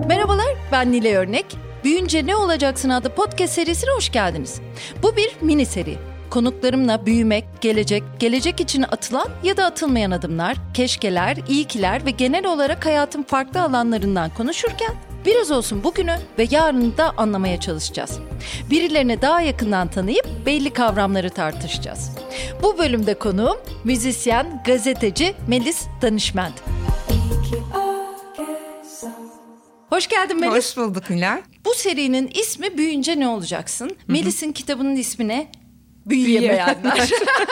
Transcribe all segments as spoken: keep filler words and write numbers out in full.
Merhabalar, ben Nilay Örnek. Büyünce Ne Olacaksın adlı podcast serisine hoş geldiniz. Bu bir mini seri. Konuklarımla büyümek, gelecek, gelecek için atılan ya da atılmayan adımlar, keşkeler, iyikiler ve genel olarak hayatın farklı alanlarından konuşurken biraz olsun bugünü ve yarını da anlamaya çalışacağız. Birilerini daha yakından tanıyıp belli kavramları tartışacağız. Bu bölümde konuğum müzisyen, gazeteci Melis Danışment. Hoş geldin Melis. Hoş bulduk Nilay. Bu serinin ismi Büyünce Ne Olacaksın? Hı-hı. Melis'in kitabının ismi ne? Büyüyemeyenler.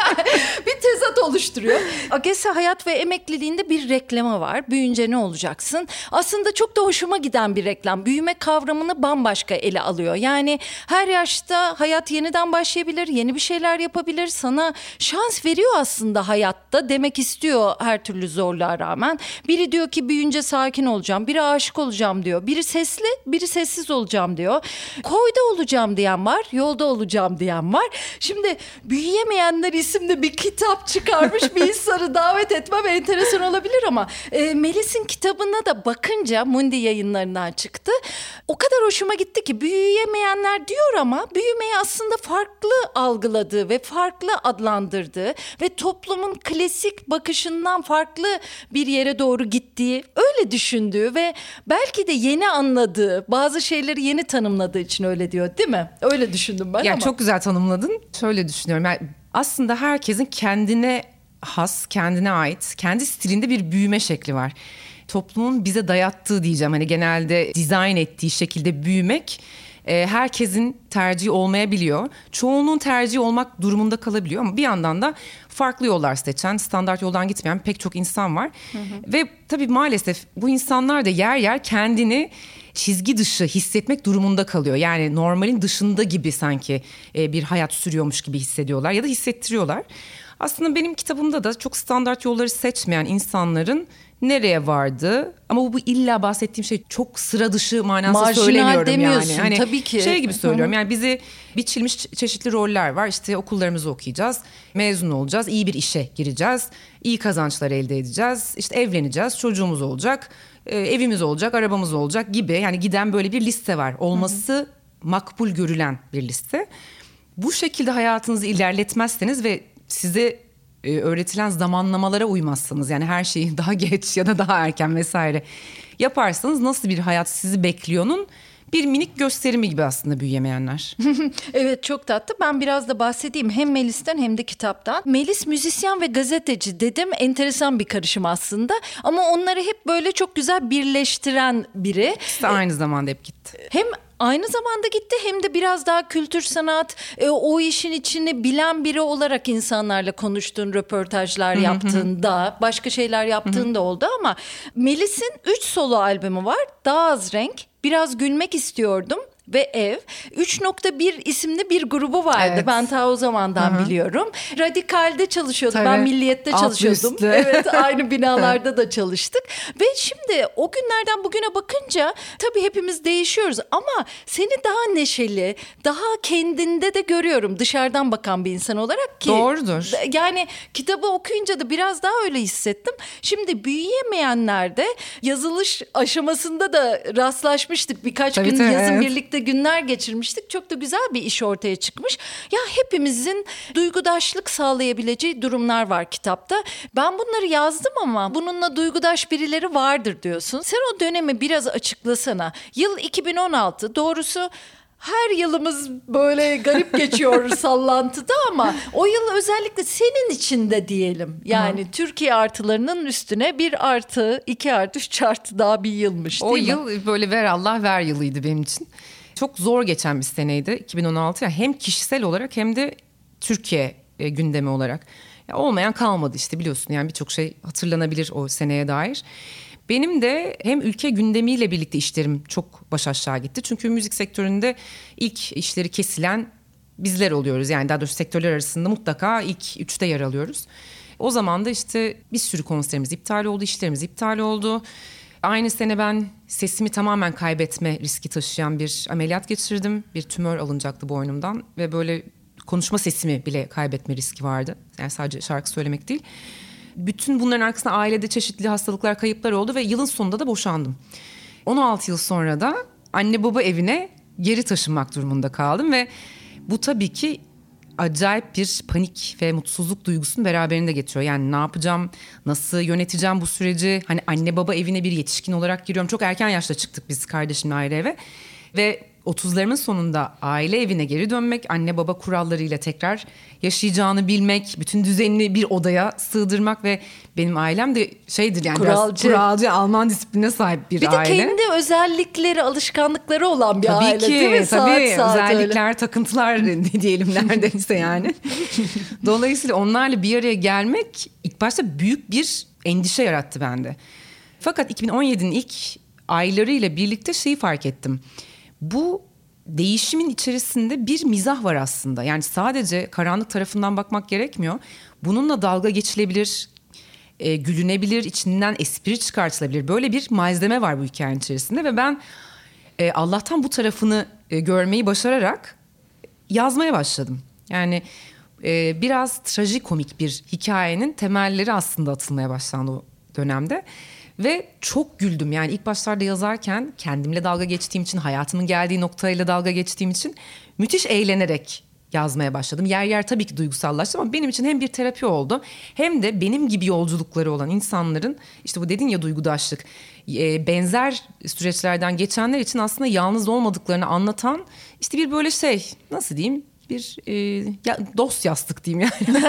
Bir tezat oluşturuyor. Agesa Hayat ve Emekliliğinde bir reklamı var. Büyünce ne olacaksın? Aslında çok da hoşuma giden bir reklam. Büyüme kavramını bambaşka ele alıyor. Yani her yaşta hayat yeniden başlayabilir, yeni bir şeyler yapabilir. Sana şans veriyor aslında hayatta demek istiyor her türlü zorluğa rağmen. Biri diyor ki büyüyünce sakin olacağım, biri aşık olacağım diyor. Biri sesli, biri sessiz olacağım diyor. Koyda olacağım diyen var, yolda olacağım diyen var. Şimdi Şimdi Büyüyemeyenler isimli bir kitap çıkarmış bir insanı davet etmem enteresan olabilir ama e, Melis'in kitabına da bakınca Mundi yayınlarından çıktı. O kadar hoşuma gitti ki büyüyemeyenler diyor ama büyümeyi aslında farklı algıladığı ve farklı adlandırdığı ve toplumun klasik bakışından farklı bir yere doğru gittiği, öyle düşündüğü ve belki de yeni anladığı, bazı şeyleri yeni tanımladığı için öyle diyor, değil mi? Öyle düşündüm ben ya ama. Çok güzel tanımladın. Şöyle düşünüyorum. Yani aslında herkesin kendine has, kendine ait, kendi stilinde bir büyüme şekli var. Toplumun bize dayattığı diyeceğim. Hani genelde dizayn ettiği şekilde büyümek e, herkesin tercihi olmayabiliyor. Çoğunluğun tercihi olmak durumunda kalabiliyor ama bir yandan da farklı yollar seçen, standart yoldan gitmeyen pek çok insan var. Hı hı. Ve tabii maalesef bu insanlar da yer yer kendini çizgi dışı hissetmek durumunda kalıyor. Yani normalin dışında gibi sanki bir hayat sürüyormuş gibi hissediyorlar ya da hissettiriyorlar. Aslında benim kitabımda da çok standart yolları seçmeyen insanların nereye vardı? Ama bu, bu illa bahsettiğim şey çok sıra dışı manası marjinal söylemiyorum demiyorsun, yani. Hani tabii ki. Şey gibi söylüyorum. Yani bizi biçilmiş çeşitli roller var. İşte okullarımızı okuyacağız, mezun olacağız, iyi bir işe gireceğiz, iyi kazançlar elde edeceğiz, işte evleneceğiz, çocuğumuz olacak, evimiz olacak, arabamız olacak gibi. Yani giden böyle bir liste var. Olması hı hı. makbul görülen bir liste. Bu şekilde hayatınızı ilerletmezseniz ve size e, öğretilen zamanlamalara uymazsanız, yani her şeyi daha geç ya da daha erken vesaire yaparsanız nasıl bir hayat sizi bekliyonun bir minik gösterimi gibi aslında Büyüyemeyenler. Evet, çok tatlı. Ben biraz da bahsedeyim hem Melis'ten hem de kitaptan. Melis müzisyen ve gazeteci dedim. Enteresan bir karışım aslında. Ama onları hep böyle çok güzel birleştiren biri. İşte aynı zamanda hep gitti. Hem aynı zamanda gitti hem de biraz daha kültür sanat, e, o işin içini bilen biri olarak insanlarla konuştuğun, röportajlar yaptığında, başka şeyler yaptığında oldu ama Melis'in üç solo albümü var. Daha az renk, biraz gülmek istiyordum ve ev. üç nokta bir isimli bir grubu vardı. Evet. Ben ta o zamandan Hı-hı. biliyorum. Radikal'de çalışıyordum. Tabii. Ben Milliyet'te Alt çalışıyordum. Üstlü. Evet, aynı binalarda da çalıştık. Ve şimdi o günlerden bugüne bakınca tabii hepimiz değişiyoruz ama seni daha neşeli, daha kendinde de görüyorum dışarıdan bakan bir insan olarak ki. Doğrudur. Yani kitabı okuyunca da biraz daha öyle hissettim. Şimdi Büyüyemeyenler'de yazılış aşamasında da rastlaşmıştık. Birkaç tabii gün tabii, yazın evet. birlikte günler geçirmiştik. Çok da güzel bir iş ortaya çıkmış. Ya hepimizin duygudaşlık sağlayabileceği durumlar var kitapta. Ben bunları yazdım ama bununla duygudaş birileri vardır diyorsun. Sen o dönemi biraz açıklasana. Yıl iki bin on altı, doğrusu her yılımız böyle garip geçiyor sallantıda ama o yıl özellikle senin içinde diyelim. Yani Hı. Türkiye artılarının üstüne bir artı, iki artı, üç artı daha bir yılmış değil o mi? O yıl böyle ver Allah ver yılıydı benim için. Çok zor geçen bir seneydi iki bin on altı. Yani hem kişisel olarak hem de Türkiye gündemi olarak. Ya olmayan kalmadı işte, biliyorsun yani birçok şey hatırlanabilir o seneye dair. Benim de hem ülke gündemiyle birlikte işlerim çok baş aşağı gitti. Çünkü müzik sektöründe ilk işleri kesilen bizler oluyoruz. Yani daha doğrusu sektörler arasında mutlaka ilk üçte yer alıyoruz. O zaman da işte bir sürü konserimiz iptal oldu, işlerimiz iptal oldu. Aynı sene ben sesimi tamamen kaybetme riski taşıyan bir ameliyat geçirdim. Bir tümör alınacaktı boynumdan ve böyle konuşma sesimi bile kaybetme riski vardı. Yani sadece şarkı söylemek değil. Bütün bunların arkasında ailede çeşitli hastalıklar, kayıplar oldu ve yılın sonunda da boşandım. on altı yıl sonra da anne baba evine geri taşınmak durumunda kaldım ve bu tabii ki acayip bir panik ve mutsuzluk duygusunu beraberinde getiriyor. Yani ne yapacağım, nasıl yöneteceğim bu süreci? Hani anne baba evine bir yetişkin olarak giriyorum. Çok erken yaşta çıktık biz kardeşimle ayrı eve. Ve otuzlarımın sonunda aile evine geri dönmek, anne baba kurallarıyla tekrar yaşayacağını bilmek, bütün düzenini bir odaya sığdırmak ve benim ailem de şeydir yani kuralcı, biraz kuralcı, Alman disipline sahip bir, bir aile. Bir de kendi özellikleri, alışkanlıkları olan bir tabii aile ki, değil mi? Tabii ki, saat özellikler, öyle. takıntılar diyelim neredeyse yani. Dolayısıyla onlarla bir araya gelmek ilk başta büyük bir endişe yarattı bende. Fakat iki bin on yedinin ilk aylarıyla birlikte şeyi fark ettim. Bu değişimin içerisinde bir mizah var aslında. Yani sadece karanlık tarafından bakmak gerekmiyor. Bununla dalga geçilebilir, e, gülünebilir, içinden espri çıkartılabilir. Böyle bir malzeme var bu hikayenin içerisinde ve ben e, Allah'tan bu tarafını e, görmeyi başararak yazmaya başladım. Yani e, biraz trajikomik bir hikayenin temelleri aslında atılmaya başlandı o dönemde. Ve çok güldüm yani ilk başlarda yazarken kendimle dalga geçtiğim için, hayatımın geldiği noktayla dalga geçtiğim için müthiş eğlenerek yazmaya başladım. Yer yer tabii ki duygusallaştım ama benim için hem bir terapi oldu hem de benim gibi yolculukları olan insanların, işte bu dedin ya duygudaşlık, benzer süreçlerden geçenler için aslında yalnız olmadıklarını anlatan işte bir böyle şey, nasıl diyeyim, bir e, ya, dost yastık diyeyim yani.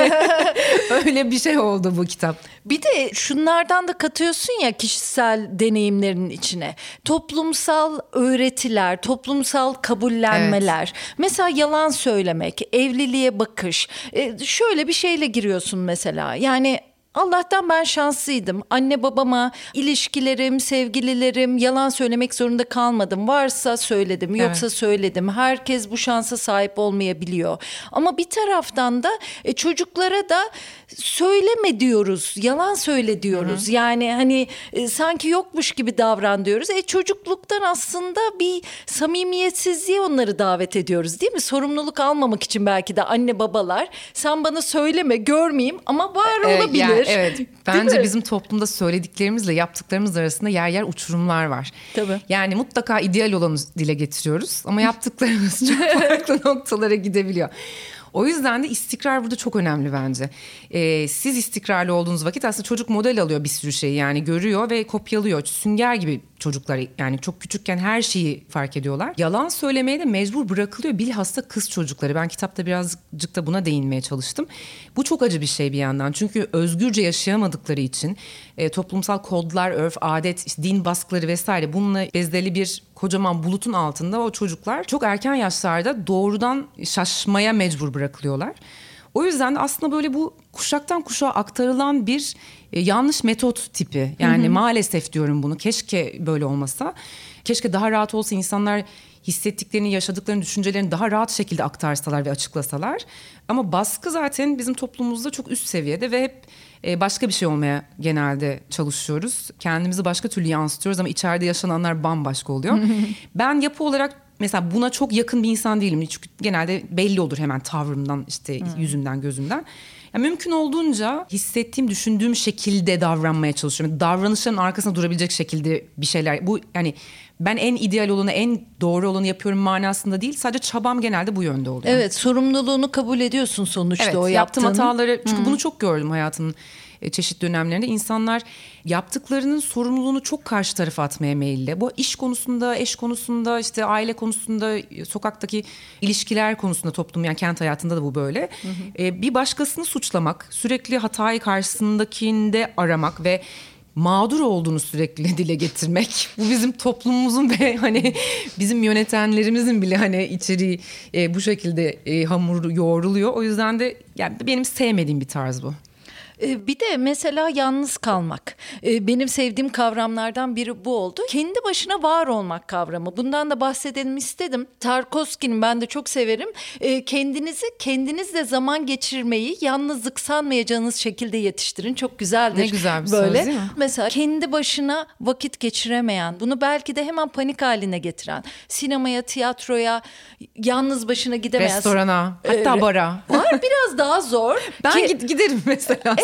Öyle bir şey oldu bu kitap. Bir de şunlardan da katıyorsun ya kişisel deneyimlerin içine. Toplumsal öğretiler, toplumsal kabullenmeler. Evet. Mesela yalan söylemek, evliliğe bakış. Ee, şöyle bir şeyle giriyorsun mesela. Yani Allah'tan ben şanslıydım. Anne babama ilişkilerim, sevgililerim, yalan söylemek zorunda kalmadım. Varsa söyledim, yoksa evet. söyledim. Herkes bu şansa sahip olmayabiliyor. Ama bir taraftan da e, çocuklara da söyleme diyoruz, yalan söyle diyoruz. Hı hı. Yani hani e, sanki yokmuş gibi davran diyoruz. E çocukluktan aslında bir samimiyetsizliğe onları davet ediyoruz, değil mi? Sorumluluk almamak için belki de anne babalar, sen bana söyleme, görmeyeyim ama var evet, olabilir. Yani, evet. Bence bizim toplumda söylediklerimizle yaptıklarımız arasında yer yer uçurumlar var. Tabii. Yani mutlaka ideal olanı dile getiriyoruz ama yaptıklarımız çok farklı noktalara gidebiliyor. O yüzden de istikrar burada çok önemli bence. Ee, siz istikrarlı olduğunuz vakit aslında çocuk model alıyor bir sürü şeyi, yani görüyor ve kopyalıyor. Sünger gibi çocuklar, yani çok küçükken her şeyi fark ediyorlar. Yalan söylemeye de mecbur bırakılıyor, bilhassa kız çocukları. Ben kitapta birazcık da buna değinmeye çalıştım. Bu çok acı bir şey bir yandan, çünkü özgürce yaşayamadıkları için e, toplumsal kodlar, örf, adet, işte din baskıları vesaire, bununla bezdeli bir kocaman bulutun altında o çocuklar çok erken yaşlarda doğrudan şaşmaya mecbur bırakılıyorlar. O yüzden de aslında böyle bu kuşaktan kuşağa aktarılan bir e, yanlış metot tipi. Yani hı hı. Maalesef diyorum bunu. Keşke böyle olmasa. Keşke daha rahat olsa, insanlar hissettiklerini, yaşadıklarını, düşüncelerini daha rahat şekilde aktarsalar ve açıklasalar. Ama baskı zaten bizim toplumumuzda çok üst seviyede ve hep e, başka bir şey olmaya genelde çalışıyoruz. Kendimizi başka türlü yansıtıyoruz ama içeride yaşananlar bambaşka oluyor. Ben yapı olarak mesela buna çok yakın bir insan değilim. Çünkü genelde belli olur hemen tavrımdan, işte hmm. yüzümden, gözümden. Yani mümkün olduğunca hissettiğim, düşündüğüm şekilde davranmaya çalışıyorum. Davranışların arkasında durabilecek şekilde bir şeyler. Bu yani ben en ideal olanı, en doğru olanı yapıyorum manasında değil. Sadece çabam genelde bu yönde oluyor. Evet, sorumluluğunu kabul ediyorsun sonuçta, evet, o yaptığım yaptığın hataları. Çünkü hmm. bunu çok gördüm hayatımın çeşitli dönemlerinde. İnsanlar yaptıklarının sorumluluğunu çok karşı tarafa atmaya meyilli. Bu iş konusunda, eş konusunda, işte aile konusunda, sokaktaki ilişkiler konusunda, toplum, yani kent hayatında da bu böyle. Hı hı. Ee, bir başkasını suçlamak, sürekli hatayı karşısındakinde aramak ve mağdur olduğunu sürekli dile getirmek. Bu bizim toplumumuzun ve hani bizim yönetenlerimizin bile hani içeriği e, bu şekilde e, hamur yoğruluyor. O yüzden de yani benim sevmediğim bir tarz bu. Bir de mesela yalnız kalmak. Benim sevdiğim kavramlardan biri bu oldu. Kendi başına var olmak kavramı. Bundan da bahsedelim istedim. Tarkovski'nin, ben de çok severim. Kendinizi kendinizle zaman geçirmeyi yalnızlık sanmayacağınız şekilde yetiştirin. Çok güzeldir. Ne güzel bir böyle. Söz değil mi? Mesela kendi başına vakit geçiremeyen, bunu belki de hemen panik haline getiren, sinemaya, tiyatroya yalnız başına gidemeyen, restorana, hatta bara. Var biraz daha zor. Ben Ki, giderim mesela. Evet,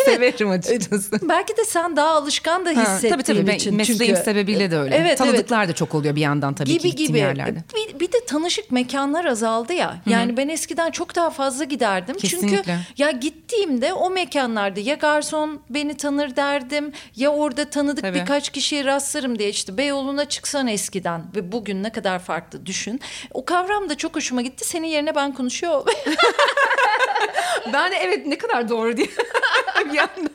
severim açıkçası. Belki de sen daha alışkan da hissettiğin ha, tabii, tabii. için. Mesleğim çünkü, sebebiyle de öyle. Evet, Tanıdıklar evet. da çok oluyor bir yandan tabii gibi, ki gittiğim gibi. yerlerde. Bir, bir de tanışık mekanlar azaldı ya. Yani Hı-hı. ben eskiden çok daha fazla giderdim. Kesinlikle. Çünkü ya gittiğimde o mekanlarda ya garson beni tanır derdim ya orada tanıdık tabii. birkaç kişiye rastlarım diye işte Beyoğlu'na çıksan eskiden ve bugün ne kadar farklı düşün. O kavram da çok hoşuma gitti. Senin yerine ben konuşuyor. Ben de evet ne kadar doğru diye bir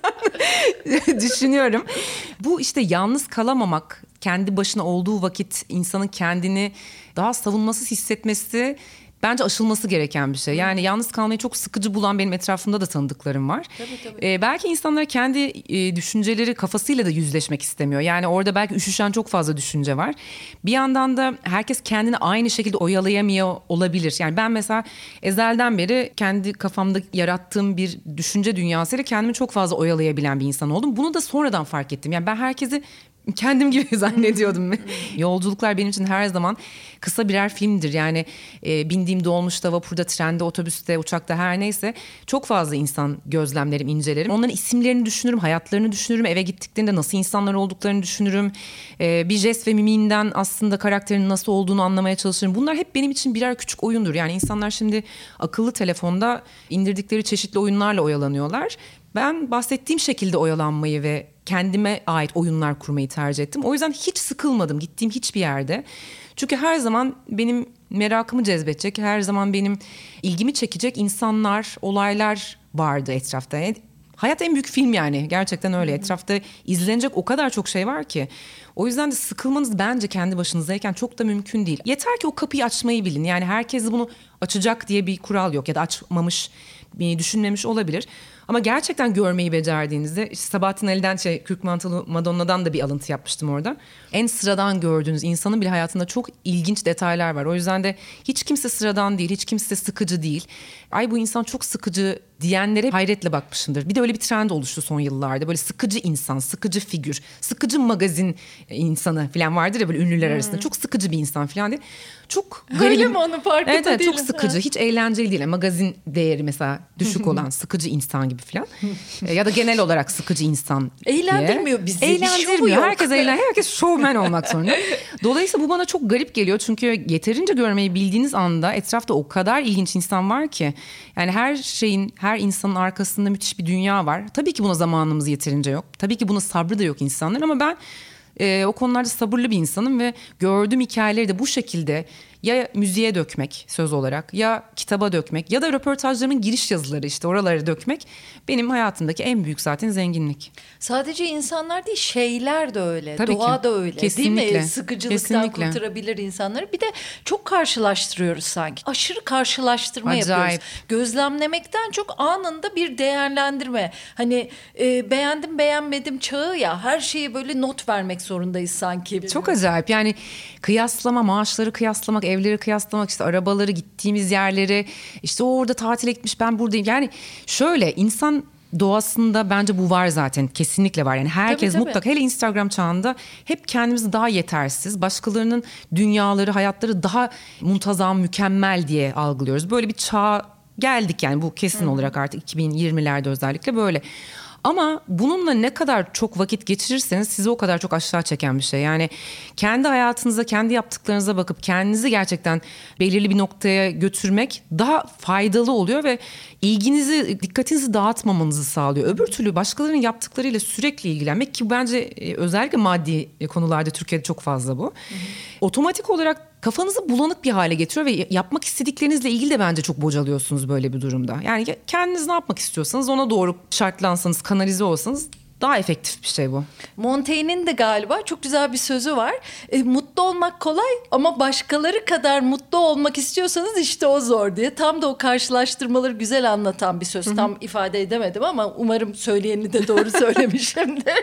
yandan düşünüyorum. Bu işte yalnız kalamamak, kendi başına olduğu vakit insanın kendini daha savunmasız hissetmesi bence aşılması gereken bir şey. Yani hmm. yalnız kalmayı çok sıkıcı bulan benim etrafımda da tanıdıklarım var. Tabii, tabii. Ee, belki insanlar kendi e, düşünceleri kafasıyla da yüzleşmek istemiyor. Yani orada belki üşüşen çok fazla düşünce var. Bir yandan da herkes kendini aynı şekilde oyalayamıyor olabilir. Yani ben mesela ezelden beri kendi kafamda yarattığım bir düşünce dünyasıyla kendimi çok fazla oyalayabilen bir insan oldum. Bunu da sonradan fark ettim. Yani ben herkesi kendim gibi zannediyordum. Yolculuklar benim için her zaman kısa birer filmdir. Yani e, bindiğim dolmuşta, vapurda, trende, otobüste, uçakta her neyse çok fazla insan gözlemlerim, incelerim. Onların isimlerini düşünürüm, hayatlarını düşünürüm. Eve gittiklerinde nasıl insanlar olduklarını düşünürüm. E, bir jest ve mimiğinden aslında karakterinin nasıl olduğunu anlamaya çalışırım. Bunlar hep benim için birer küçük oyundur. Yani insanlar şimdi akıllı telefonda indirdikleri çeşitli oyunlarla oyalanıyorlar. Ben bahsettiğim şekilde oyalanmayı ve kendime ait oyunlar kurmayı tercih ettim. O yüzden hiç sıkılmadım gittiğim hiçbir yerde. Çünkü her zaman benim merakımı cezbedecek, her zaman benim ilgimi çekecek insanlar, olaylar vardı etrafta. Yani hayat en büyük film yani. Gerçekten öyle. Etrafta izlenecek o kadar çok şey var ki. O yüzden de sıkılmanız bence kendi başınızdayken çok da mümkün değil. Yeter ki o kapıyı açmayı bilin. Yani herkes bunu açacak diye bir kural yok ya da açmamış, düşünmemiş olabilir. Ama gerçekten görmeyi becerdiğinizde işte Sabahattin Ali'den şey Kürk Mantılı Madonna'dan da bir alıntı yapmıştım orada. En sıradan gördüğünüz insanın bile hayatında çok ilginç detaylar var. O yüzden de hiç kimse sıradan değil, hiç kimse sıkıcı değil. Ay bu insan çok sıkıcı diyenlere hayretle bakmışımdır. Bir de öyle bir trend oluştu son yıllarda. Böyle sıkıcı insan, sıkıcı figür, sıkıcı magazin insanı falan vardır ya böyle ünlüler hmm. arasında. Çok sıkıcı bir insan falan diye. Çok öyle mi onu farkında evet, evet, değilim. Çok sıkıcı, hiç eğlenceli değil. Yani magazin değeri mesela düşük olan sıkıcı insan gibi falan. Ya da genel olarak sıkıcı insan diye. Eğlendirmiyor bizi. Eğlendirmiyor. Herkes eğlen, herkes şovmen olmak zorunda. Dolayısıyla bu bana çok garip geliyor. Çünkü yeterince görmeyi bildiğiniz anda etrafta o kadar ilginç insan var ki. Yani her şeyin, her insanın arkasında müthiş bir dünya var. Tabii ki buna zamanımız yeterince yok. Tabii ki buna sabrı da yok insanların ama ben Ee, o konularda sabırlı bir insanım ve gördüğüm hikayeleri de bu şekilde ya müziğe dökmek söz olarak ya kitaba dökmek ya da röportajlarımın giriş yazıları işte oraları dökmek benim hayatımdaki en büyük zaten zenginlik. Sadece insanlar değil şeyler de öyle. Tabii doğa ki. da öyle Kesinlikle. değil mi? Sıkıcılıktan Kesinlikle. kurtarabilir insanları. Bir de çok karşılaştırıyoruz sanki. Aşırı karşılaştırma Acayip. yapıyoruz. Gözlemlemekten çok anında bir değerlendirme. Hani e, beğendim beğenmedim çağı ya her şeyi böyle not vermek zorundayız sanki. Çok acayip yani kıyaslama, maaşları kıyaslamak, evleri kıyaslamak, işte arabaları, gittiğimiz yerleri, işte o orada tatile gitmiş ben buradayım. Yani şöyle insan doğasında bence bu var zaten, kesinlikle var. Yani herkes tabii, tabii. mutlaka hele Instagram çağında hep kendimizi daha yetersiz, başkalarının dünyaları, hayatları daha muntazam, mükemmel diye algılıyoruz. Böyle bir çağa geldik yani bu kesin Hı. olarak artık iki bin yirmilerde özellikle böyle. Ama bununla ne kadar çok vakit geçirirseniz sizi o kadar çok aşağı çeken bir şey. Yani kendi hayatınıza, kendi yaptıklarınıza bakıp kendinizi gerçekten belirli bir noktaya götürmek daha faydalı oluyor ve ilginizi, dikkatinizi dağıtmamanızı sağlıyor. Öbür türlü başkalarının yaptıklarıyla sürekli ilgilenmek ki bence özellikle maddi konularda Türkiye'de çok fazla bu. Hı hı. Otomatik olarak kafanızı bulanık bir hale getiriyor ve yapmak istediklerinizle ilgili de bence çok bocalıyorsunuz böyle bir durumda. Yani kendiniz ne yapmak istiyorsanız ona doğru şartlansanız, kanalize olsanız daha efektif bir şey bu. Montaigne'in de galiba çok güzel bir sözü var. E, mutlu olmak kolay ama başkaları kadar mutlu olmak istiyorsanız işte o zor diye. Tam da o karşılaştırmaları güzel anlatan bir söz. Hı-hı. Tam ifade edemedim ama umarım söyleyeni de doğru söylemişimdir.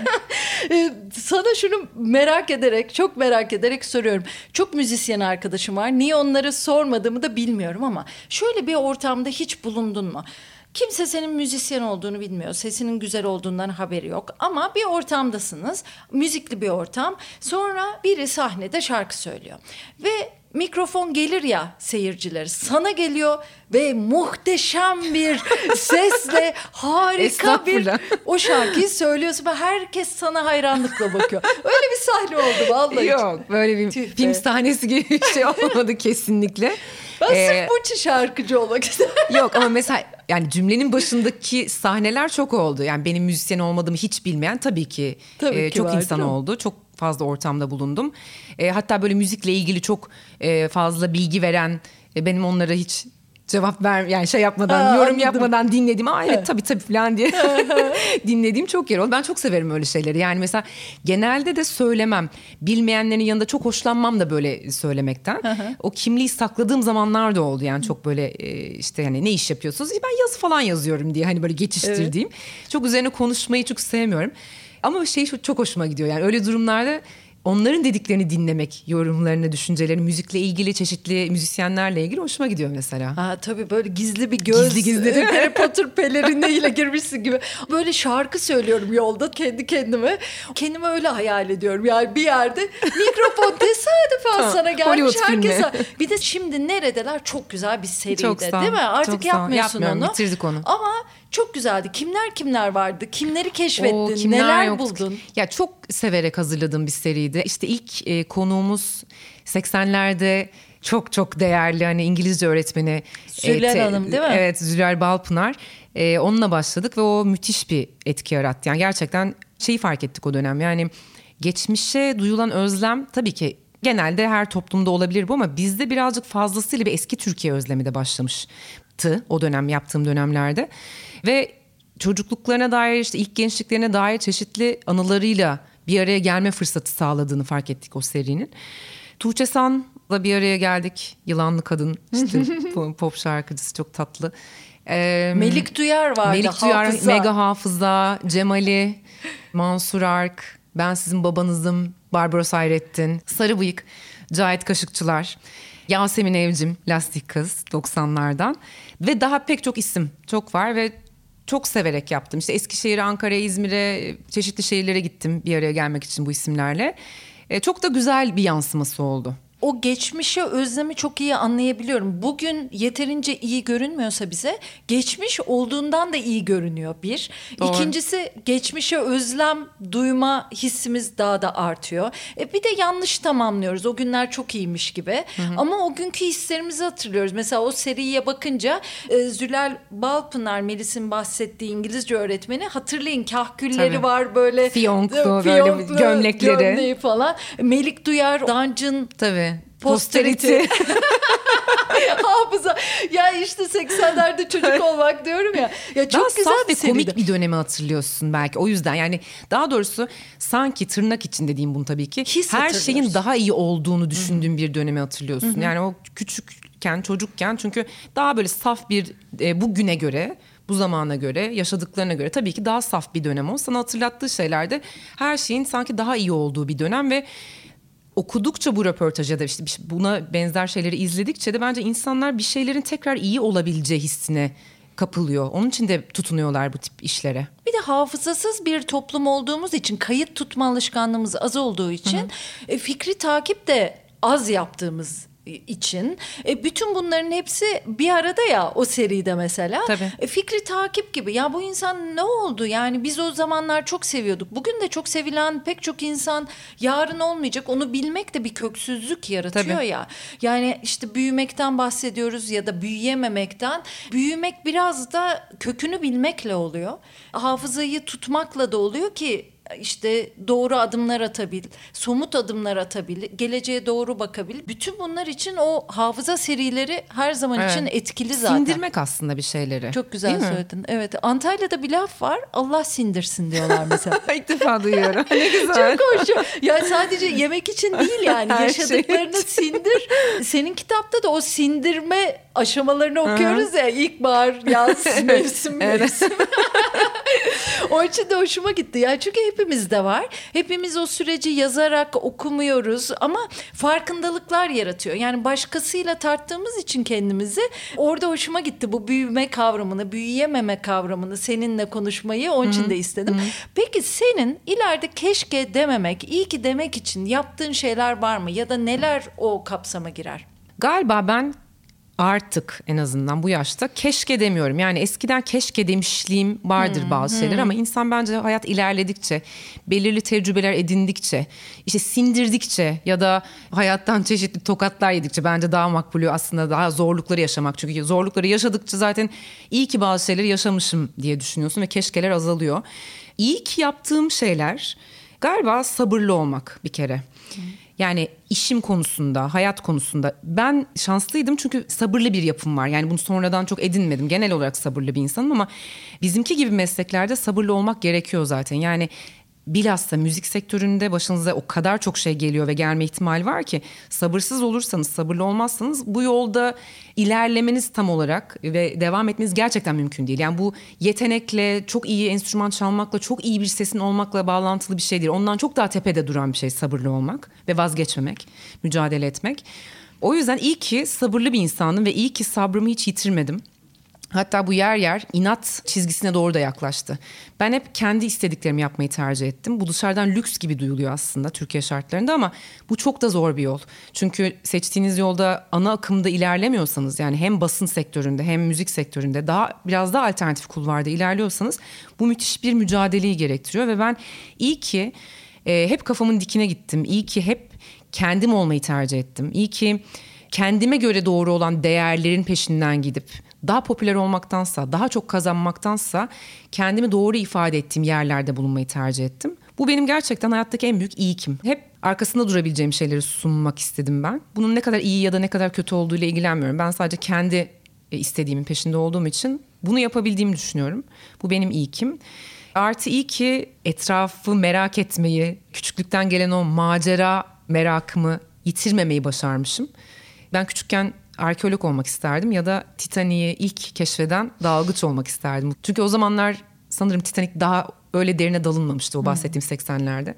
e, sana şunu merak ederek, çok merak ederek soruyorum. Çok müzisyen arkadaşım var. Niye onları sormadığımı da bilmiyorum ama şöyle bir ortamda hiç bulundun mu? Kimse senin müzisyen olduğunu bilmiyor. Sesinin güzel olduğundan haberi yok. Ama bir ortamdasınız. Müzikli bir ortam. Sonra biri sahnede şarkı söylüyor. Ve mikrofon gelir ya seyirciler, sana geliyor ve muhteşem bir sesle harika bir o şarkıyı söylüyorsun ve herkes sana hayranlıkla bakıyor. Öyle bir sahne oldu vallahi. Yok, böyle bir Tüh film be. sahnesi gibi bir şey olmadı kesinlikle. Ben Ee, sırf bu için şarkıcı olmak istedim. Yok ama mesela yani cümlenin başındaki sahneler çok oldu. Yani benim müzisyen olmadığımı hiç bilmeyen tabii ki, Tabii e, ki çok var, insan değil mi? oldu. Çok fazla ortamda bulundum. E, hatta böyle müzikle ilgili çok e, fazla bilgi veren, e, benim onlara hiç cevap ver yani şey yapmadan, Aa, yorum anladım. yapmadan dinlediğim, aa evet tabii tabii falan diye dinlediğim çok yer oldu. Ben çok severim öyle şeyleri. Yani mesela genelde de söylemem. Bilmeyenlerin yanında çok hoşlanmam da böyle söylemekten. O kimliği sakladığım zamanlar da oldu. Yani çok böyle e, işte hani ne iş yapıyorsunuz? Ben yazı falan yazıyorum diye hani böyle geçiştirdiğim. Çok üzerine konuşmayı çok sevmiyorum. Ama şey çok, çok hoşuma gidiyor. Yani öyle durumlarda onların dediklerini dinlemek, yorumlarını, düşüncelerini, müzikle ilgili, çeşitli müzisyenlerle ilgili hoşuma gidiyor mesela. Ha tabii böyle gizli bir göz. Gizli gizli değil mi? Harry Potter pelerinliğiyle girmişsin gibi. Böyle şarkı söylüyorum yolda kendi kendime. Kendimi öyle hayal ediyorum. Yani bir yerde mikrofon tesadüfen sana gelmiş Hollywood herkese. filmi. Bir de Şimdi Neredeler çok güzel bir seriydi Çok sağ ol, değil mi? Artık çok sağ ol. yapmıyorsun Yapmıyorum, onu. bitirdik onu. Ama çok güzeldi. Kimler kimler vardı? Kimleri keşfettin? O, kimler Neler yoktu. buldun? Ya çok severek hazırladığım bir seriydi. İşte ilk e, konuğumuz seksenlerde çok çok değerli hani İngilizce öğretmeni. Zülal Hanım değil mi? Evet, Zülal Balpınar. E, onunla başladık ve o müthiş bir etki yarattı. Yani gerçekten şeyi fark ettik o dönem. Yani geçmişe duyulan özlem tabii ki genelde her toplumda olabilir bu ama bizde birazcık fazlasıyla bir eski Türkiye özlemi de başlamıştı o dönem yaptığım dönemlerde. Ve çocukluklarına dair işte ilk gençliklerine dair çeşitli anılarıyla bir araya gelme fırsatı sağladığını fark ettik o serinin. Tuğçe San'la bir araya geldik. Yılanlı Kadın işte pop şarkıcısı çok tatlı. Ee, Melik Duyar vardı. Melik Duyar, Hafıza. Mega Hafıza, Cemali, Mansur Ark, Ben Sizin Babanızım, Barbaros Hayrettin, Sarı Bıyık, Cahit Kaşıkçılar, Yasemin Evcim, Lastik Kız doksanlardan ve daha pek çok isim çok var ve çok severek yaptım. İşte Eskişehir'e, Ankara'ya, İzmir'e, çeşitli şehirlere gittim bir araya gelmek için bu isimlerle. E, çok da güzel bir yansıması oldu. O geçmişe özlemi çok iyi anlayabiliyorum. Bugün yeterince iyi görünmüyorsa bize, geçmiş olduğundan da iyi görünüyor bir. Doğru. İkincisi, geçmişe özlem duyma hissimiz daha da artıyor. E bir de yanlış tamamlıyoruz. O günler çok iyiymiş gibi. Hı hı. Ama o günkü hislerimizi hatırlıyoruz. Mesela o seriye bakınca e, Zülal Balpınar, Melis'in bahsettiği İngilizce öğretmeni, hatırlayın kahkülleri Tabii. var böyle. Fiyonklu, böyle bir gömlekleri. Gömleği falan. Melik Duyar, Dungeon Tabii. Posterity. Hafıza. Ya işte seksenlerde çocuk olmak diyorum ya. Ya çok daha güzel saf bir ve komik seriydi. bir dönemi hatırlıyorsun belki. O yüzden yani daha doğrusu sanki tırnak için dediğim bunu tabii ki. His her hatırlıyorsun. şeyin daha iyi olduğunu düşündüğün bir dönemi hatırlıyorsun. Yani o küçükken, çocukken çünkü daha böyle saf bir e, bugüne göre, bu zamana göre, yaşadıklarına göre tabii ki daha saf bir dönem o. Sana hatırlattığı şeylerde her şeyin sanki daha iyi olduğu bir dönem ve okudukça bu röportajı da işte buna benzer şeyleri izledikçe de bence insanlar bir şeylerin tekrar iyi olabileceği hissine kapılıyor. Onun için de tutunuyorlar bu tip işlere. Bir de hafızasız bir toplum olduğumuz için, kayıt tutma alışkanlığımız az olduğu için, hı hı. E, fikri takip de az yaptığımız için e, bütün bunların hepsi bir arada ya o seride mesela. Tabii. E, fikri takip gibi. Ya bu insan ne oldu? Yani biz o zamanlar çok seviyorduk. Bugün de çok sevilen pek çok insan yarın olmayacak. Onu bilmek de bir köksüzlük yaratıyor. Tabii. Ya. Yani işte büyümekten bahsediyoruz ya da büyüyememekten. Büyümek biraz da kökünü bilmekle oluyor. Hafızayı tutmakla da oluyor ki İşte doğru adımlar atabil, somut adımlar atabil, geleceğe doğru bakabil. Bütün bunlar için o hafıza serileri her zaman evet. için etkili zaten. Sindirmek aslında bir şeyleri. Çok güzel söyledin. Evet. Antalya'da bir laf var. Allah sindirsin diyorlar mesela. İlk defa duyuyorum. Ne güzel. Çok hoş. Yani sadece yemek için değil yani. Her Yaşadıklarını şey sindir. Senin kitapta da o sindirme aşamalarını okuyoruz ya. İlkbahar, yaz, mevsim, mevsim. O için de hoşuma gitti. Yani çünkü hepimizde var. Hepimiz o süreci yazarak okumuyoruz ama farkındalıklar yaratıyor. Yani başkasıyla tarttığımız için kendimizi, orada hoşuma gitti bu büyüme kavramını, büyüyememe kavramını, seninle konuşmayı onun için de istedim. Hı-hı. Peki senin ileride keşke dememek, iyi ki demek için yaptığın şeyler var mı? Ya da neler o kapsama girer? Galiba ben artık en azından bu yaşta keşke demiyorum. Yani eskiden keşke demişliğim vardır hmm, bazı şeyler hmm. ama insan bence hayat ilerledikçe, belirli tecrübeler edindikçe, işte sindirdikçe ya da hayattan çeşitli tokatlar yedikçe bence daha makbulü aslında daha zorlukları yaşamak. Çünkü zorlukları yaşadıkça zaten iyi ki bazı şeyleri yaşamışım diye düşünüyorsun ve keşkeler azalıyor. İyi ki yaptığım şeyler galiba sabırlı olmak bir kere. Hmm. Yani işim konusunda, hayat konusunda ben şanslıydım çünkü sabırlı bir yapım var. Yani bunu sonradan çok edinmedim. Genel olarak sabırlı bir insanım ama bizimki gibi mesleklerde sabırlı olmak gerekiyor zaten. Yani bilhassa müzik sektöründe başınıza o kadar çok şey geliyor ve gelme ihtimali var ki sabırsız olursanız, sabırlı olmazsanız bu yolda ilerlemeniz tam olarak ve devam etmeniz gerçekten mümkün değil. Yani bu yetenekle, çok iyi enstrüman çalmakla, çok iyi bir sesin olmakla bağlantılı bir şey değil. Ondan çok daha tepede duran bir şey sabırlı olmak ve vazgeçmemek, mücadele etmek. O yüzden iyi ki sabırlı bir insanım ve iyi ki sabrımı hiç yitirmedim. Hatta bu yer yer inat çizgisine doğru da yaklaştı. Ben hep kendi istediklerimi yapmayı tercih ettim. Bu dışarıdan lüks gibi duyuluyor aslında Türkiye şartlarında ama bu çok da zor bir yol. Çünkü seçtiğiniz yolda ana akımda ilerlemiyorsanız, yani hem basın sektöründe hem müzik sektöründe daha biraz daha alternatif kulvarda ilerliyorsanız bu müthiş bir mücadeleyi gerektiriyor ve ben iyi ki e, hep kafamın dikine gittim. İyi ki hep kendim olmayı tercih ettim. İyi ki kendime göre doğru olan değerlerin peşinden gidip daha popüler olmaktansa, daha çok kazanmaktansa kendimi doğru ifade ettiğim yerlerde bulunmayı tercih ettim. Bu benim gerçekten hayattaki en büyük iyikim. Hep arkasında durabileceğim şeyleri sunmak istedim ben. Bunun ne kadar iyi ya da ne kadar kötü olduğuyla ilgilenmiyorum. Ben sadece kendi istediğimin peşinde olduğum için bunu yapabildiğimi düşünüyorum. Bu benim iyikim. Artı iyi ki etrafı merak etmeyi, küçüklükten gelen o macera merakımı yitirmemeyi başarmışım. Ben küçükken arkeolog olmak isterdim ya da Titanic'i ilk keşfeden dalgıç olmak isterdim. Çünkü o zamanlar sanırım Titanic daha öyle derine dalınmamıştı o bahsettiğim seksenlerde.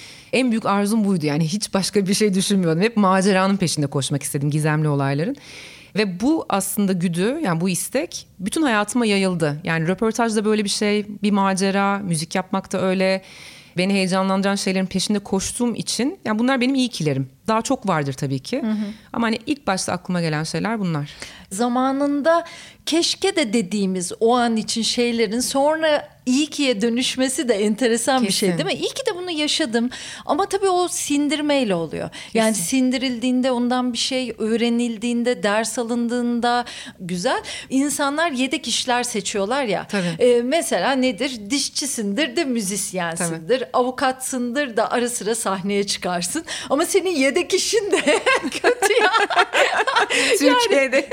En büyük arzum buydu, yani hiç başka bir şey düşünmüyordum. Hep maceranın peşinde koşmak istedim, gizemli olayların. Ve bu aslında güdü, yani bu istek bütün hayatıma yayıldı. Yani röportajda böyle bir şey, bir macera, müzik yapmak da öyle. Beni heyecanlandıran şeylerin peşinde koştuğum için, yani bunlar benim iyi kilerim. Daha çok vardır tabii ki. Hı hı. Ama hani ilk başta aklıma gelen şeyler bunlar. Zamanında keşke de dediğimiz o an için şeylerin sonra iyi ki'ye dönüşmesi de enteresan Kesin. Bir şey değil mi? İyi ki de bunu yaşadım. Ama tabii o sindirmeyle oluyor. Kesin. Yani sindirildiğinde, ondan bir şey öğrenildiğinde, ders alındığında güzel. İnsanlar yedek işler seçiyorlar ya. Ee, mesela nedir? Dişçisindir de müzisyensindir. Tabii. Avukatsındır da ara sıra sahneye çıkarsın. Ama senin yedek işin de kötü ya. Türkiye'de. Yani,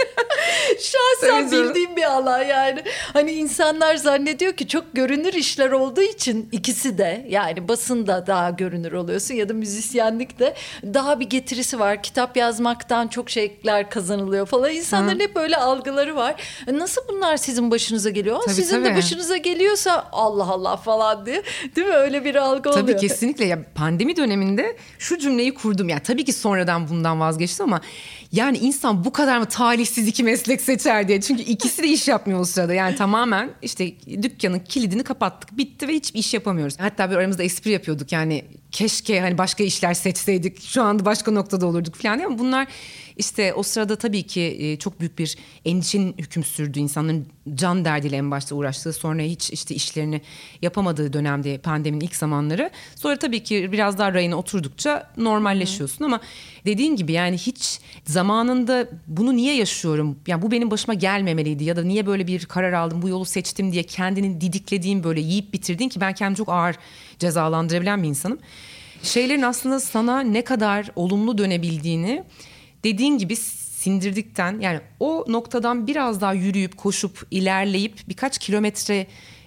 şahsen bildiğim bir alan yani. Hani insanlar zannediyor ki çok görünür işler olduğu için ikisi de, yani basında daha görünür oluyorsun ya da müzisyenlikte daha bir getirisi var. Kitap yazmaktan çok şeyler kazanılıyor falan. İnsanların Hı. hep böyle algıları var. Nasıl bunlar sizin başınıza geliyor? Tabii, sizin tabii. de başınıza geliyorsa Allah Allah falan diye. Değil mi? Öyle bir algı tabii, oluyor. Tabii kesinlikle. Ya pandemi döneminde şu cümleyi kurdum. Ya tabii ki sonradan bundan vazgeçtim ama yani insan bu kadar mı talihsiz iki meslek seçer diye. Çünkü ikisi de iş yapmıyor o sırada. Yani tamamen işte dükkanın kilidini kapattık, bitti ve hiçbir iş yapamıyoruz. Hatta bir aramızda espri yapıyorduk. Yani keşke hani başka işler seçseydik, şu anda başka noktada olurduk falan. Ama bunlar işte o sırada tabii ki çok büyük bir endişenin hüküm sürdüğü, insanların can derdiyle en başta uğraştığı, sonra hiç işte işlerini yapamadığı dönemde, pandeminin ilk zamanları. Sonra tabii ki biraz daha rayına oturdukça normalleşiyorsun. Hı. Ama dediğin gibi yani hiç zamanında bunu niye yaşıyorum? Yani bu benim başıma gelmemeliydi ya da niye böyle bir karar aldım, bu yolu seçtim diye kendini didiklediğin, böyle yiyip bitirdiğin, ki ben kendimi çok ağır cezalandırabilen bir insanım. Şeylerin aslında sana ne kadar olumlu dönebildiğini dediğin gibi sindirdikten, yani o noktadan biraz daha yürüyüp koşup ilerleyip birkaç kilometre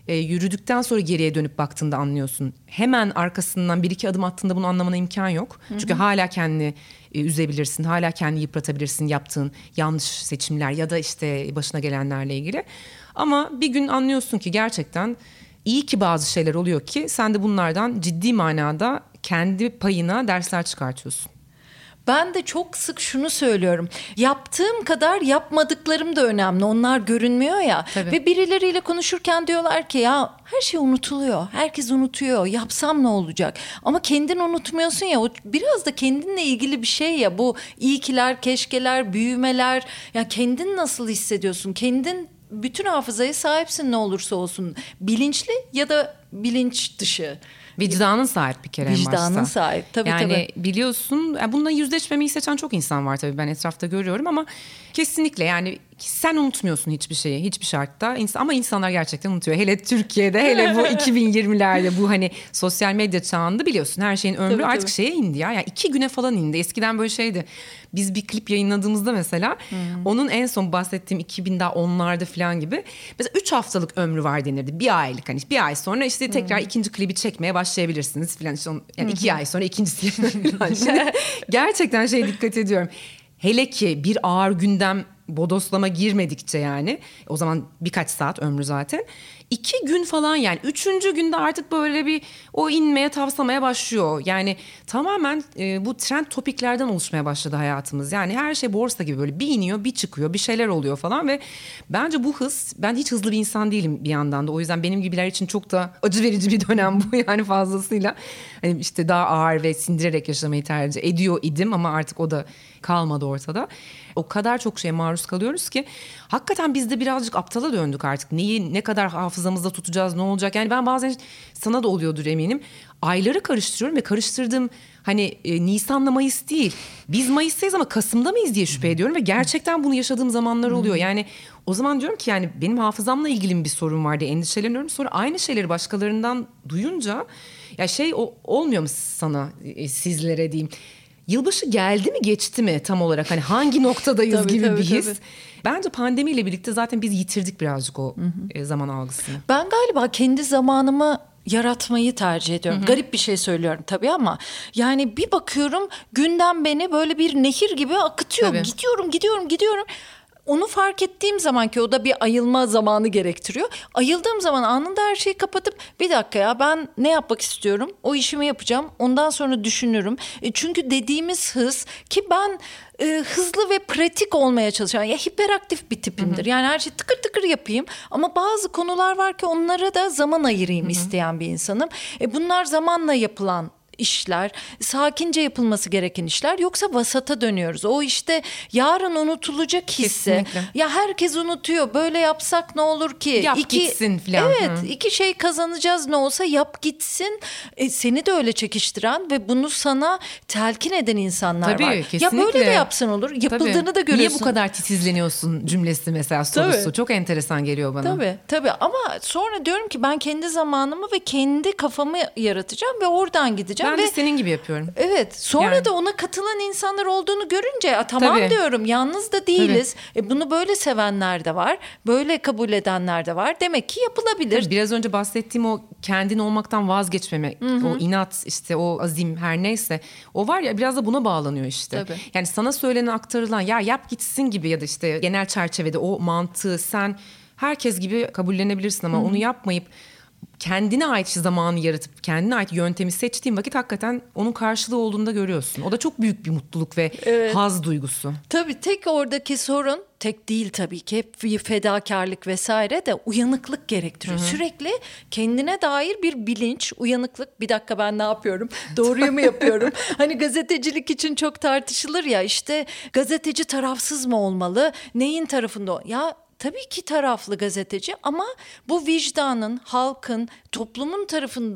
e, yürüdükten sonra geriye dönüp baktığında anlıyorsun. Hemen arkasından bir iki adım attığında bunu anlamana imkan yok. Hı hı. Çünkü hala kendini e, üzebilirsin, hala kendini yıpratabilirsin yaptığın yanlış seçimler ya da işte başına gelenlerle ilgili. Ama bir gün anlıyorsun ki gerçekten iyi ki bazı şeyler oluyor ki sen de bunlardan ciddi manada kendi payına dersler çıkartıyorsun. Ben de çok sık şunu söylüyorum. Yaptığım kadar yapmadıklarım da önemli. Onlar görünmüyor ya. Tabii. Ve birileriyle konuşurken diyorlar ki ya her şey unutuluyor. Herkes unutuyor. Yapsam ne olacak? Ama kendin unutmuyorsun ya. O biraz da kendinle ilgili bir şey ya. Bu iyikiler, keşkeler, büyümeler. Ya kendin nasıl hissediyorsun? Kendin bütün hafızaya sahipsin ne olursa olsun. Bilinçli ya da bilinç dışı. Vicdanın sahip bir kere en başta. Vicdanın sahip tabii yani tabii. Yani biliyorsun bununla yüzleşmemeyi seçen çok insan var tabii ben etrafta görüyorum ama kesinlikle yani sen unutmuyorsun hiçbir şeyi hiçbir şartta ama insanlar gerçekten unutuyor. Hele Türkiye'de hele bu iki bin yirmilerde bu hani sosyal medya çağında biliyorsun her şeyin ömrü tabii, artık tabii. şeye indi ya. Yani iki güne falan indi. Eskiden böyle şeydi. Biz bir klip yayınladığımızda mesela hmm. onun en son bahsettiğim iki bin onlarda falan gibi mesela üç haftalık ömrü var denirdi. Bir aylık hani bir ay sonra işte tekrar hmm. ikinci klibi çekmeye başlayabilirsiniz falan. İşte on, yani hmm. iki ay sonra ikincisi falan. Şimdi gerçekten şey dikkat ediyorum. Hele ki bir ağır gündem bodoslama girmedikçe yani o zaman birkaç saat ömrü zaten iki gün falan yani üçüncü günde artık böyle bir o inmeye tavsamaya başlıyor yani tamamen e, bu trend topiklerden oluşmaya başladı hayatımız yani her şey borsa gibi böyle bir iniyor bir çıkıyor bir şeyler oluyor falan ve bence bu hız ben hiç hızlı bir insan değilim bir yandan da o yüzden benim gibiler için çok da acı verici bir dönem bu yani fazlasıyla hani işte daha ağır ve sindirerek yaşamayı tercih ediyor idim ama artık o da kalmadı ortada. O kadar çok şeye maruz kalıyoruz ki hakikaten biz de birazcık aptala döndük artık. Neyi ne kadar hafızamızda tutacağız ne olacak? Yani ben bazen sana da oluyordur eminim. Ayları karıştırıyorum ve karıştırdığım hani e, Nisan'la Mayıs değil. Biz Mayıs'tayız ama Kasım'da mıyız diye şüphe ediyorum ve gerçekten bunu yaşadığım zamanlar oluyor. Yani o zaman diyorum ki yani benim hafızamla ilgili mi bir sorun var diye endişeleniyorum. Sonra aynı şeyleri başkalarından duyunca ya şey o, olmuyor mu sana e, sizlere diyeyim. Yılbaşı geldi mi geçti mi tam olarak hani hangi noktadayız tabii, gibi tabii, bir his. Tabii. Bence pandemiyle birlikte zaten biz yitirdik birazcık o hı hı. zaman algısını. Ben galiba kendi zamanımı yaratmayı tercih ediyorum. Hı hı. Garip bir şey söylüyorum tabii ama yani bir bakıyorum gündem beni böyle bir nehir gibi akıtıyor. Tabii. Gidiyorum gidiyorum gidiyorum. Onu fark ettiğim zaman ki o da bir ayılma zamanı gerektiriyor. Ayıldığım zaman anında her şeyi kapatıp bir dakika ya ben ne yapmak istiyorum? O işimi yapacağım. Ondan sonra düşünürüm. E çünkü dediğimiz hız ki ben e, hızlı ve pratik olmaya çalışıyorum. Ya hiperaktif bir tipimdir. Hı hı. Yani her şeyi tıkır tıkır yapayım. Ama bazı konular var ki onlara da zaman ayırayım hı hı. isteyen bir insanım. E bunlar zamanla yapılan işler, sakince yapılması gereken işler yoksa vasata dönüyoruz. O işte yarın unutulacak hissi. Kesinlikle. Ya herkes unutuyor. Böyle yapsak ne olur ki? Yap iki, gitsin falan. Evet, Hı. iki şey kazanacağız ne olsa yap gitsin. E, seni de öyle çekiştiren ve bunu sana telkin eden insanlar Tabii, var. Kesinlikle. Ya böyle de yapsan olur. Yapıldığını Tabii. da görüyorsun. Niye bu kadar titizleniyorsun cümlesi mesela sorusu. Tabii. Çok enteresan geliyor bana. Tabii tabii ama sonra diyorum ki ben kendi zamanımı ve kendi kafamı yaratacağım ve oradan gideceğim. Ben ve de senin gibi yapıyorum. Evet. Sonra yani. da ona katılan insanlar olduğunu görünce tamam Tabii. diyorum. Yalnız da değiliz. E, bunu böyle sevenler de var. Böyle kabul edenler de var. Demek ki yapılabilir. Tabii biraz önce bahsettiğim o kendin olmaktan vazgeçmeme, Hı-hı. o inat işte o azim her neyse o var ya biraz da buna bağlanıyor işte. Tabii. Yani sana söylenen aktarılan ya yap gitsin gibi ya da işte genel çerçevede o mantığı sen herkes gibi kabullenebilirsin ama Hı-hı. onu yapmayıp kendine ait zamanı yaratıp kendine ait yöntemi seçtiğin vakit hakikaten onun karşılığı olduğunu da görüyorsun. O da çok büyük bir mutluluk ve evet. haz duygusu. Tabii tek oradaki sorun tek değil tabii ki hep bir fedakarlık vesaire de uyanıklık gerektiriyor. Hı-hı. Sürekli kendine dair bir bilinç, uyanıklık. Bir dakika ben ne yapıyorum? Doğruyu mu yapıyorum? Hani gazetecilik için çok tartışılır ya işte gazeteci tarafsız mı olmalı? Neyin tarafında? Ya tabii ki taraflı gazeteci ama bu vicdanın, halkın, toplumun tarafında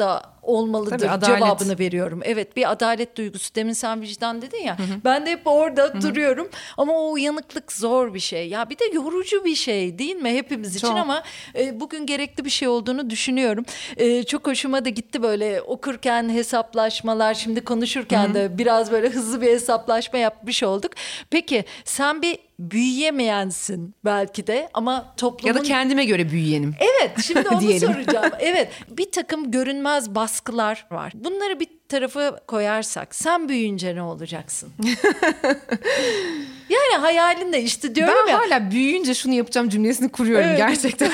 olmalıdır Tabii, cevabını veriyorum. Evet, bir adalet duygusu. Demin sen vicdan dedin ya. Hı hı. Ben de hep orada hı hı. duruyorum. Ama o uyanıklık zor bir şey. Ya bir de yorucu bir şey değil mi hepimiz için? Çok. Ama e, bugün gerekli bir şey olduğunu düşünüyorum. E, çok hoşuma da gitti böyle okurken hesaplaşmalar, şimdi konuşurken hı hı. de biraz böyle hızlı bir hesaplaşma yapmış olduk. Peki sen bir büyüyemeyensin belki de ama toplumun... Ya da kendime göre büyüyenim. Evet, şimdi onu soracağım. Evet, bir takım görünmez baskılar var. Bunları bir tarafa koyarsak sen büyüyünce ne olacaksın? Yani hayalinde işte diyorum ben ya. Ben hala büyüyünce şunu yapacağım cümlesini kuruyorum evet. gerçekten.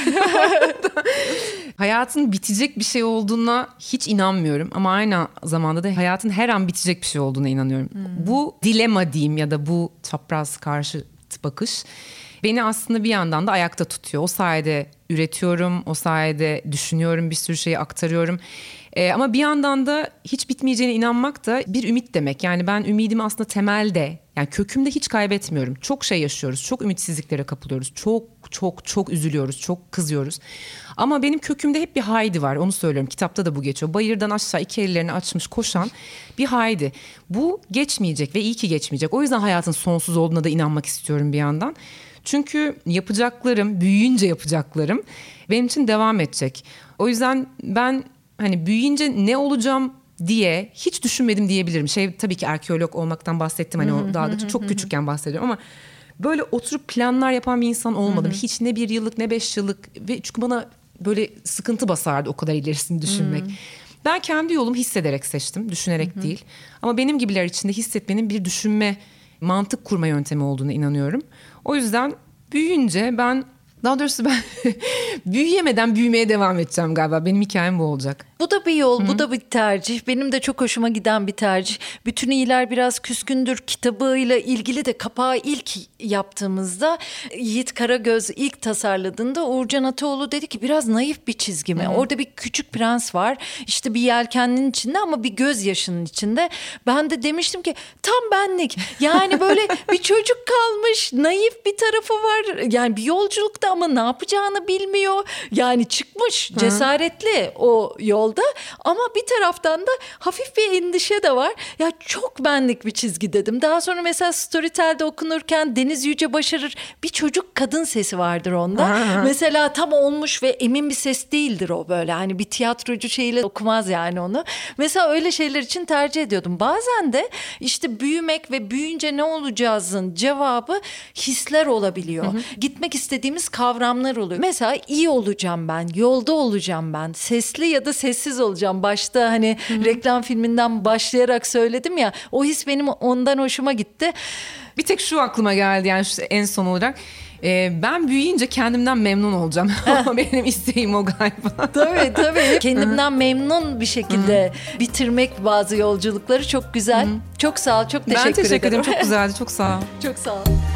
Hayatın bitecek bir şey olduğuna hiç inanmıyorum. Ama aynı zamanda da hayatın her an bitecek bir şey olduğuna inanıyorum. Hmm. Bu dilema diyeyim ya da bu çapraz karşı bakış beni aslında bir yandan da ayakta tutuyor. O sayede üretiyorum, o sayede düşünüyorum, bir sürü şeyi aktarıyorum. Ee, ama bir yandan da hiç bitmeyeceğine inanmak da bir ümit demek. Yani ben ümidimi aslında temelde, yani kökümde hiç kaybetmiyorum. Çok şey yaşıyoruz, çok ümitsizliklere kapılıyoruz, çok çok çok üzülüyoruz, çok kızıyoruz. Ama benim kökümde hep bir Haydi var, onu söylüyorum. Kitapta da bu geçiyor. Bayırdan aşağı iki ellerini açmış koşan bir Haydi. Bu geçmeyecek ve iyi ki geçmeyecek. O yüzden hayatın sonsuz olduğuna da inanmak istiyorum bir yandan. Çünkü yapacaklarım, büyüyünce yapacaklarım benim için devam edecek. O yüzden ben hani büyüyünce ne olacağım diye hiç düşünmedim diyebilirim. Şey, tabii ki arkeolog olmaktan bahsettim hani o dağda çok küçükken bahsediyorum ama böyle oturup planlar yapan bir insan olmadım. Hiç ne bir yıllık ne beş yıllık ve çünkü bana böyle sıkıntı basardı o kadar ilerisini düşünmek. Hmm. Ben kendi yolumu hissederek seçtim, düşünerek hı hı. değil. Ama benim gibiler için de hissetmenin bir düşünme, mantık kurma yöntemi olduğuna inanıyorum. O yüzden büyüyünce ben, daha doğrusu ben büyüyemeden büyümeye devam edeceğim galiba. Benim hikayem bu olacak. Bu da bir yol, Hı-hı. bu da bir tercih. Benim de çok hoşuma giden bir tercih. Bütün iyiler biraz küskündür kitabıyla ilgili de kapağı ilk yaptığımızda Yiğit Karagöz ilk tasarladığında Uğurcan Ataoğlu dedi ki biraz naif bir çizgi mi? Hı-hı. Orada bir küçük prens var. İşte bir yelkeninin içinde ama bir gözyaşının içinde. Ben de demiştim ki tam benlik. Yani böyle bir çocuk kalmış, naif bir tarafı var. Yani bir yolculukta ama ne yapacağını bilmiyor. Yani çıkmış, Hı-hı. cesaretli o yol. Ama bir taraftan da hafif bir endişe de var. Ya çok benlik bir çizgi dedim. Daha sonra mesela Storytel'de okunurken Deniz Yüce Başarır bir çocuk kadın sesi vardır onda. Aha. Mesela tam olmuş ve emin bir ses değildir o böyle. Hani bir tiyatrocu şeyle okumaz yani onu. Mesela öyle şeyler için tercih ediyordum. Bazen de işte büyümek ve büyüyünce ne olacağızın cevabı hisler olabiliyor. Hı hı. Gitmek istediğimiz kavramlar oluyor. Mesela iyi olacağım ben, yolda olacağım ben, sesli ya da sessiz olacağım. Başta hani Hı-hı. reklam filminden başlayarak söyledim ya, o his benim ondan hoşuma gitti. Bir tek şu aklıma geldi yani şu en son olarak. Ee, ben büyüyünce kendimden memnun olacağım. Benim isteğim o galiba. Tabii tabii. Kendimden memnun bir şekilde Hı-hı. bitirmek bazı yolculukları çok güzel. Hı-hı. Çok sağ ol, çok teşekkür ederim. Ben teşekkür ederim. ederim. Çok güzeldi. Çok sağ ol. Çok sağ ol.